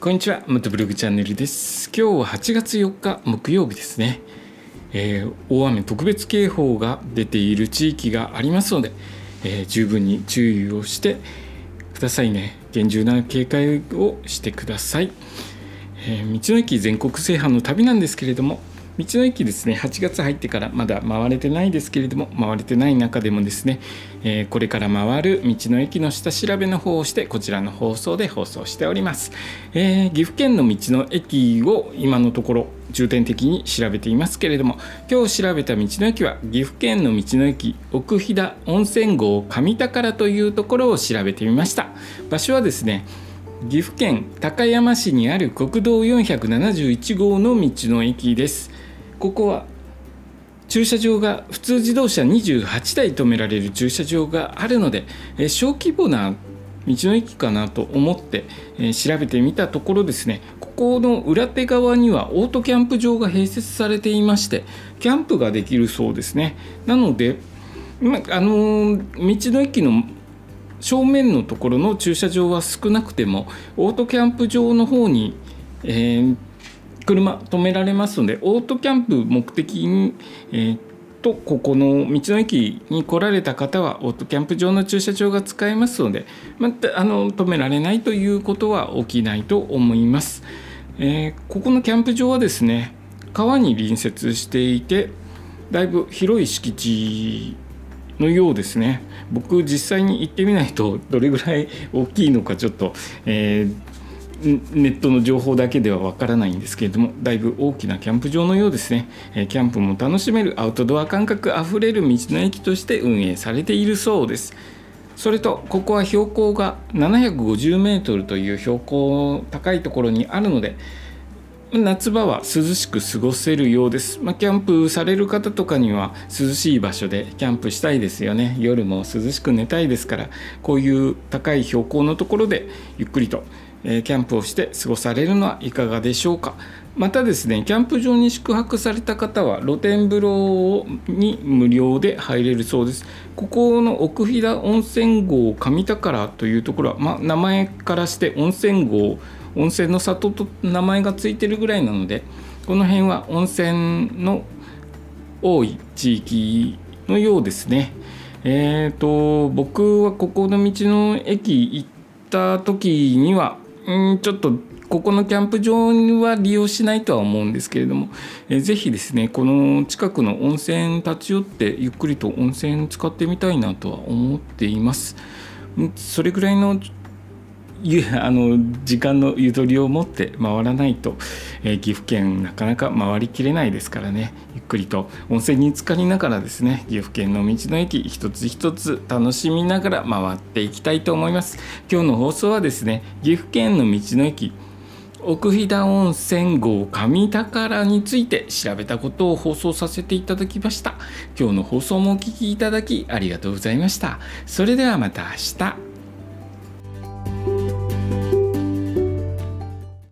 こんにちは、元ブログチャンネルです。今日は8月4日木曜日ですね。大雨特別警報が出ている地域がありますので、十分に注意をしてくださいね。厳重な警戒をしてください。道の駅全国制覇の旅なんですけれども、道の駅ですね、8月入ってからまだ回れてないですけれども、回れてない中でもですね、これから回る道の駅の下調べの方をして、こちらの放送で放送しております。岐阜県の道の駅を今のところ重点的に調べていますけれども、今日調べた道の駅は岐阜県の道の駅奥飛騨温泉郷上宝というところを調べてみました。場所はですね、岐阜県高山市にある国道471号の道の駅です。ここは駐車場が普通自動車28台止められる駐車場があるので、小規模な道の駅かなと思って調べてみたところですね、ここの裏手側にはオートキャンプ場が併設されていまして、キャンプができるそうですね。なので、道の駅の正面のところの駐車場は少なくても、オートキャンプ場の方に、車止められますので、オートキャンプ目的に、ここの道の駅に来られた方はオートキャンプ場の駐車場が使えますので、止められないということは起きないと思います。ここのキャンプ場はですね、川に隣接していて、だいぶ広い敷地のようですね。僕実際に行ってみないとどれぐらい大きいのかちょっと、ネットの情報だけではわからないんですけれども、だいぶ大きなキャンプ場のようですね。キャンプも楽しめるアウトドア感覚あふれる道の駅として運営されているそうです。それとここは標高が750メートルという標高高いところにあるので、夏場は涼しく過ごせるようです。キャンプされる方とかには涼しい場所でキャンプしたいですよね。夜も涼しく寝たいですから、こういう高い標高のところでゆっくりとキャンプをして過ごされるのはいかがでしょうか。またですね、キャンプ場に宿泊された方は露天風呂に無料で入れるそうです。ここの奥飛騨温泉郷上宝というところは、名前からして温泉郷、温泉の里と名前がついてるぐらいなので、この辺は温泉の多い地域のようですね。僕はここの道の駅行った時にはちょっとここのキャンプ場は利用しないとは思うんですけれども、ぜひですね、この近くの温泉立ち寄ってゆっくりと温泉使ってみたいなとは思っています。それぐらいの時間のゆとりを持って回らないと、岐阜県なかなか回りきれないですからね。ゆっくりと温泉に浸かりながらですね、岐阜県の道の駅一つ一つ楽しみながら回っていきたいと思います。今日の放送はですね、岐阜県の道の駅奥飛騨温泉郷上宝について調べたことを放送させていただきました。今日の放送もお聞きいただきありがとうございました。それではまた明日。